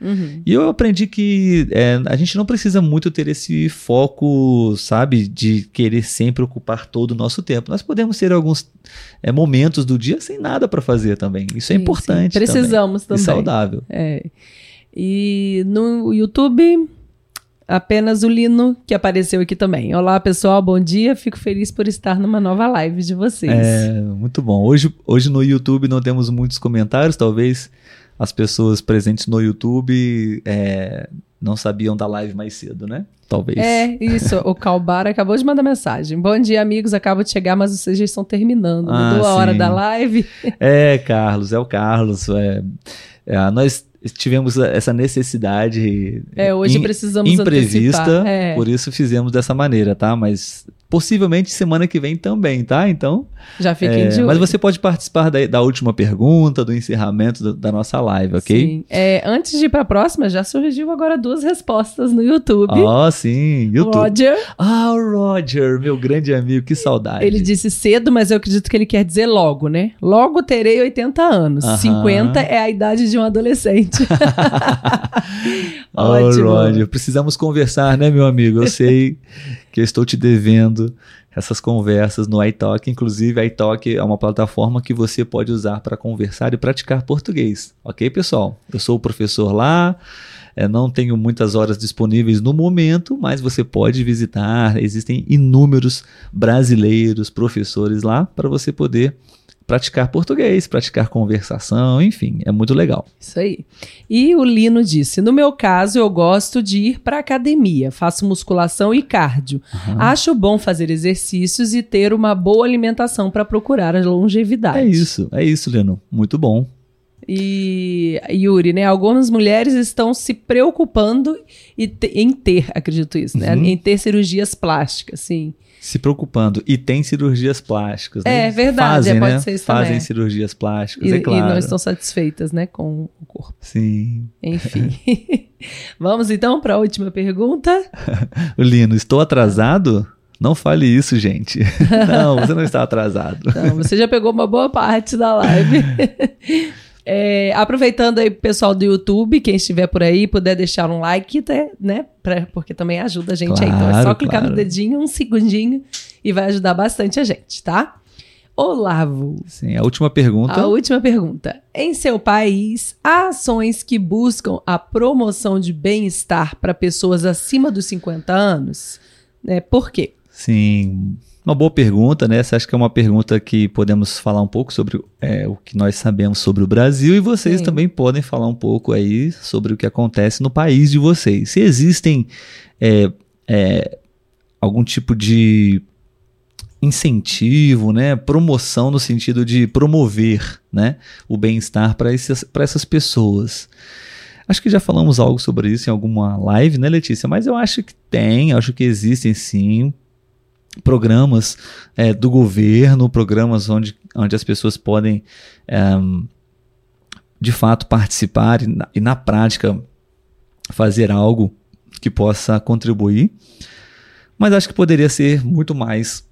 Speaker 1: E eu aprendi que a gente não precisa muito ter esse foco, sabe, de querer sempre ocupar todo o nosso tempo. Nós podemos ter alguns momentos do dia sem nada para fazer também. Isso é importante.
Speaker 2: Precisamos também.
Speaker 1: E saudável.
Speaker 2: E no YouTube, apenas o Lino, que apareceu aqui também. Olá, pessoal, bom dia. Fico feliz por estar numa nova live de vocês.
Speaker 1: Muito bom. Hoje no YouTube não temos muitos comentários, talvez as pessoas presentes no YouTube não sabiam da live mais cedo, né? Talvez.
Speaker 2: Isso. O Calbar acabou de mandar mensagem. Bom dia, amigos. Acabo de chegar, mas vocês já estão terminando. Mudou a hora da live.
Speaker 1: Carlos, é o Carlos. Nós tivemos essa necessidade
Speaker 2: hoje precisamos
Speaker 1: imprevista, por isso fizemos dessa maneira, tá? Mas possivelmente semana que vem também, tá? Então,
Speaker 2: já fiquem de olho.
Speaker 1: Mas você pode participar da última pergunta, do encerramento da nossa live, ok?
Speaker 2: Sim. Antes de ir para a próxima, já surgiu agora 2 respostas no YouTube.
Speaker 1: Sim, YouTube.
Speaker 2: Roger.
Speaker 1: O Roger, meu grande amigo, que saudade.
Speaker 2: Ele disse cedo, mas eu acredito que ele quer dizer logo, né? Logo terei 80 anos. 50 é a idade de um adolescente. Ótimo.
Speaker 1: Roger, precisamos conversar, né, meu amigo? Eu sei que eu estou te devendo essas conversas no iTalk. Inclusive, a iTalk é uma plataforma que você pode usar para conversar e praticar português. Ok, pessoal? Eu sou o professor lá, não tenho muitas horas disponíveis no momento, mas você pode visitar. Existem inúmeros brasileiros, professores lá, para você poder praticar português, praticar conversação, enfim, é muito legal.
Speaker 2: Isso aí. E o Lino disse, no meu caso, eu gosto de ir para academia, faço musculação e cardio. Acho bom fazer exercícios e ter uma boa alimentação para procurar a longevidade.
Speaker 1: É isso, Lino, muito bom.
Speaker 2: E Yuri, né? Algumas mulheres estão se preocupando em ter, acredito isso, né? Em ter cirurgias plásticas, sim.
Speaker 1: Se preocupando. E tem cirurgias plásticas, né?
Speaker 2: É verdade,
Speaker 1: Fazem,
Speaker 2: pode
Speaker 1: né?
Speaker 2: ser isso
Speaker 1: Fazem
Speaker 2: também.
Speaker 1: cirurgias plásticas, claro.
Speaker 2: E não estão satisfeitas, né, com o corpo.
Speaker 1: Sim.
Speaker 2: Enfim. Vamos então para a última pergunta.
Speaker 1: Lino, estou atrasado? Não fale isso, gente. Não, você não está atrasado.
Speaker 2: Não, você já pegou uma boa parte da live. Aproveitando aí, pessoal do YouTube, quem estiver por aí, puder deixar um like, né? Porque também ajuda a gente aí. Então é só clicar no dedinho, um segundinho, e vai ajudar bastante a gente, tá? Olavo.
Speaker 1: Sim, a última pergunta.
Speaker 2: A última pergunta. Em seu país, há ações que buscam a promoção de bem-estar para pessoas acima dos 50 anos? Por quê?
Speaker 1: Sim, uma boa pergunta, né? Essa acho que é uma pergunta que podemos falar um pouco sobre o que nós sabemos sobre o Brasil, e vocês também podem falar um pouco aí sobre o que acontece no país de vocês. Se existem algum tipo de incentivo, né? Promoção no sentido de promover, né, o bem-estar para essas pessoas. Acho que já falamos algo sobre isso em alguma live, né, Letícia? Mas eu acho que existem sim programas do governo, programas onde as pessoas podem de fato participar e na prática fazer algo que possa contribuir, mas acho que poderia ser muito mais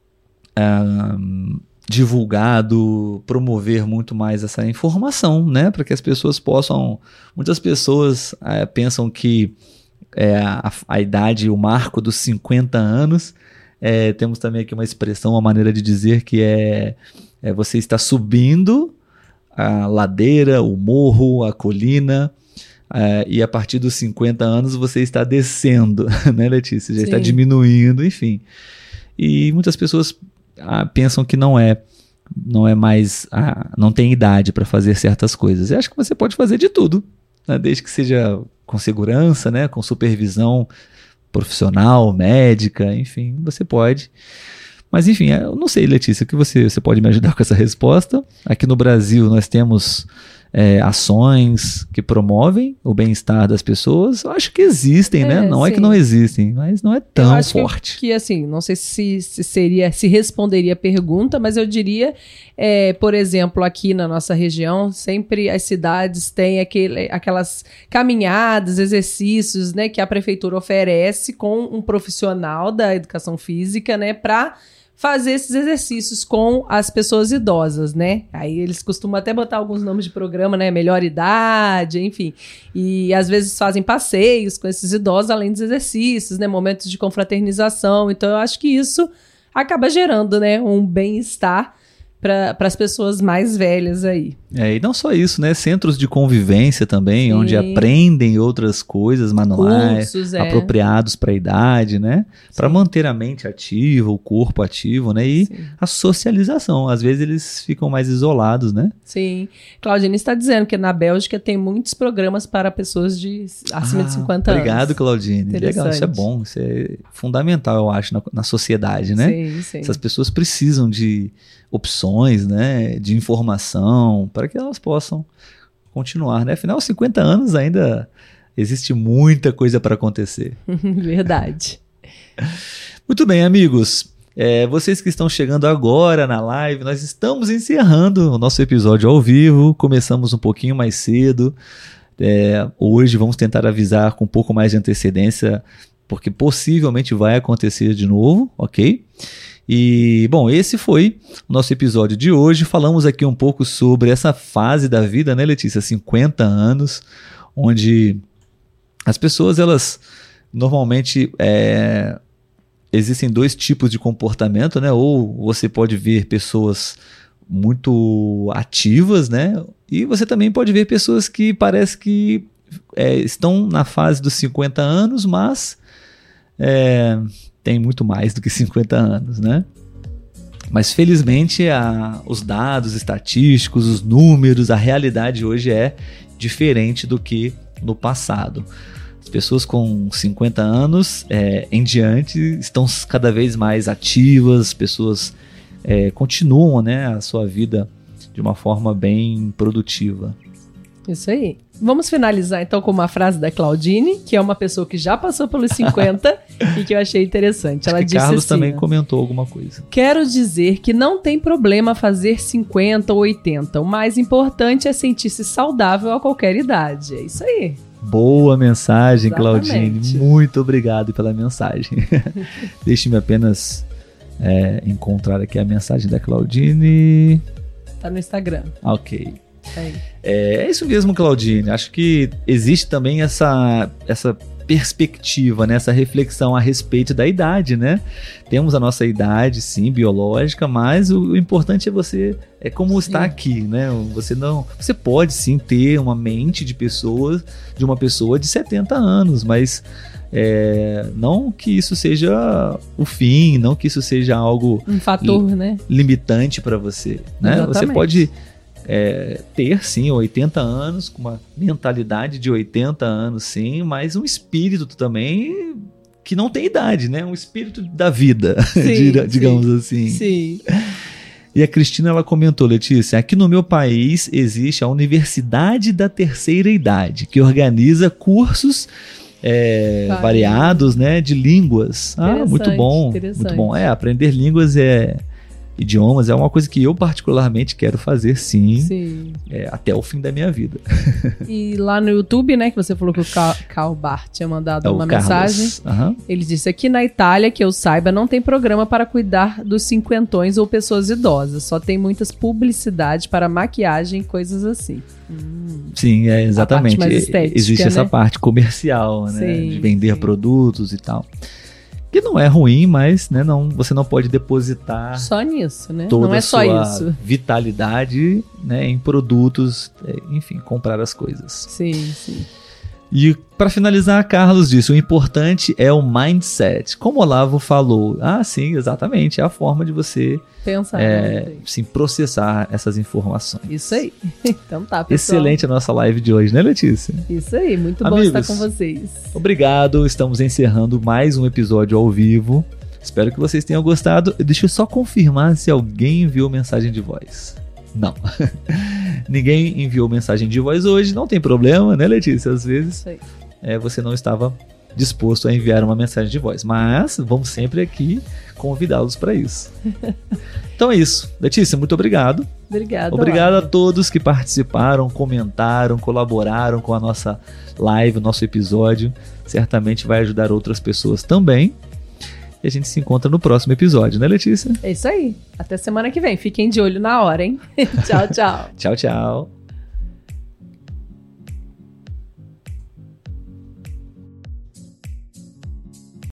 Speaker 1: divulgado, promover muito mais essa informação, né, para que as pessoas possam. Muitas pessoas pensam que a idade, o marco dos 50 anos. Temos também aqui uma expressão, uma maneira de dizer que você está subindo a ladeira, o morro, a colina, e a partir dos 50 anos você está descendo, né, Letícia? Já está diminuindo, enfim. E muitas pessoas pensam que não é mais, não tem idade para fazer certas coisas. Eu acho que você pode fazer de tudo, né, desde que seja com segurança, né, com supervisão profissional, médica, enfim, você pode. Mas enfim, eu não sei, Letícia, o que você pode me ajudar com essa resposta? Aqui no Brasil nós temos ações que promovem o bem-estar das pessoas. Eu acho que existem, né? Não é que não existem, mas não é tão
Speaker 2: eu acho
Speaker 1: forte.
Speaker 2: Que assim, não sei se responderia a pergunta, mas eu diria, por exemplo, aqui na nossa região, sempre as cidades têm aquelas caminhadas, exercícios, né, que a prefeitura oferece com um profissional da educação física, né, para fazer esses exercícios com as pessoas idosas, né? Aí eles costumam até botar alguns nomes de programa, né? Melhor idade, enfim. E às vezes fazem passeios com esses idosos, além dos exercícios, né? Momentos de confraternização. Então eu acho que isso acaba gerando, né? Um bem-estar para as pessoas mais velhas aí.
Speaker 1: E não só isso, né? Centros de convivência também,
Speaker 2: Sim.
Speaker 1: onde aprendem outras coisas, manuais,
Speaker 2: Cursos,
Speaker 1: apropriados para a idade, né? Para manter a mente ativa, o corpo ativo, né? E
Speaker 2: Sim.
Speaker 1: a socialização. Às vezes eles ficam mais isolados, né?
Speaker 2: Sim. Claudine está dizendo que na Bélgica tem muitos programas para pessoas acima de 50 anos.
Speaker 1: Obrigado, Claudine. Legal, isso é bom, isso é fundamental, eu acho, na sociedade, né?
Speaker 2: Sim, sim.
Speaker 1: Essas pessoas precisam de opções, né, de informação, para que elas possam continuar, né? Afinal, 50 anos ainda existe muita coisa para acontecer.
Speaker 2: Verdade.
Speaker 1: Muito bem, amigos. Vocês que estão chegando agora na live, nós estamos encerrando o nosso episódio ao vivo. Começamos um pouquinho mais cedo. Hoje vamos tentar avisar com um pouco mais de antecedência, porque possivelmente vai acontecer de novo, ok? E, bom, esse foi o nosso episódio de hoje. Falamos aqui um pouco sobre essa fase da vida, né, Letícia? 50 anos, onde as pessoas, elas normalmente existem dois tipos de comportamento, né? Ou você pode ver pessoas muito ativas, né? E você também pode ver pessoas que parece que estão na fase dos 50 anos, mas tem muito mais do que 50 anos, né? Mas felizmente os dados estatísticos, os números, a realidade hoje é diferente do que no passado. As pessoas com 50 anos em diante estão cada vez mais ativas, as pessoas continuam, né, a sua vida de uma forma bem produtiva.
Speaker 2: Isso aí. Vamos finalizar então com uma frase da Claudine, que é uma pessoa que já passou pelos 50 e que eu achei interessante. Ela disse
Speaker 1: Carlos
Speaker 2: assim,
Speaker 1: também comentou alguma coisa.
Speaker 2: Quero dizer que não tem problema fazer 50 ou 80. O mais importante é sentir-se saudável a qualquer idade. É isso aí.
Speaker 1: Boa mensagem,
Speaker 2: Exatamente.
Speaker 1: Claudine. Muito obrigado pela mensagem. Deixe-me apenas encontrar aqui a mensagem da Claudine.
Speaker 2: Tá no Instagram.
Speaker 1: Ok. É isso mesmo, Claudine. Acho que existe também essa perspectiva, né? Essa reflexão a respeito da idade, né? Temos a nossa idade, sim, biológica, mas o importante é como está aqui, né? Você pode sim ter uma mente de uma pessoa de 70 anos, mas não que isso seja o fim, não que isso seja algo
Speaker 2: um fator, né,
Speaker 1: limitante para você, né?
Speaker 2: Exatamente.
Speaker 1: Você pode ter sim 80 anos, com uma mentalidade de 80 anos sim, mas um espírito também que não tem idade, né? Um espírito da vida,
Speaker 2: sim,
Speaker 1: digamos assim.
Speaker 2: Sim.
Speaker 1: E a Cristina, ela comentou, Letícia, aqui no meu país existe a Universidade da Terceira Idade, que organiza cursos variados, né, de línguas. Muito bom, muito bom. Aprender línguas idiomas é uma coisa que eu particularmente quero fazer, sim. Até o fim da minha vida.
Speaker 2: E lá no YouTube, né, que você falou que o Karl Barth tinha mandado uma mensagem. Ele disse, aqui na Itália, que eu saiba, não tem programa para cuidar dos cinquentões ou pessoas idosas. Só tem muitas publicidades para maquiagem e coisas assim.
Speaker 1: Sim, exatamente.
Speaker 2: A parte mais estética,
Speaker 1: existe essa parte comercial, né, de vender produtos e tal. Que não é ruim, mas né, você não pode depositar
Speaker 2: só nisso, né?
Speaker 1: Toda
Speaker 2: não é só
Speaker 1: sua
Speaker 2: isso.
Speaker 1: Vitalidade, né, em produtos, enfim, comprar as coisas.
Speaker 2: Sim.
Speaker 1: E para finalizar, Carlos disse, o importante é o mindset. Como o Olavo falou, sim, exatamente, é a forma de você
Speaker 2: pensar,
Speaker 1: sim, processar essas informações.
Speaker 2: Isso aí. Então tá, pessoal.
Speaker 1: Excelente a nossa live de hoje, né, Letícia?
Speaker 2: Isso aí, muito bom estar com vocês.
Speaker 1: Obrigado, estamos encerrando mais um episódio ao vivo. Espero que vocês tenham gostado. Deixa eu só confirmar se alguém enviou mensagem de voz. Não. Ninguém enviou mensagem de voz hoje, não tem problema, né, Letícia? Às vezes você não estava disposto a enviar uma mensagem de voz, mas vamos sempre aqui convidá-los para isso. Então é isso. Letícia, muito obrigado. Obrigado a todos que participaram, comentaram, colaboraram com a nossa live, o nosso episódio. Certamente vai ajudar outras pessoas também. E a gente se encontra no próximo episódio, né, Letícia?
Speaker 2: É isso aí. Até semana que vem. Fiquem de olho na hora, hein? Tchau, tchau.
Speaker 1: Tchau, tchau.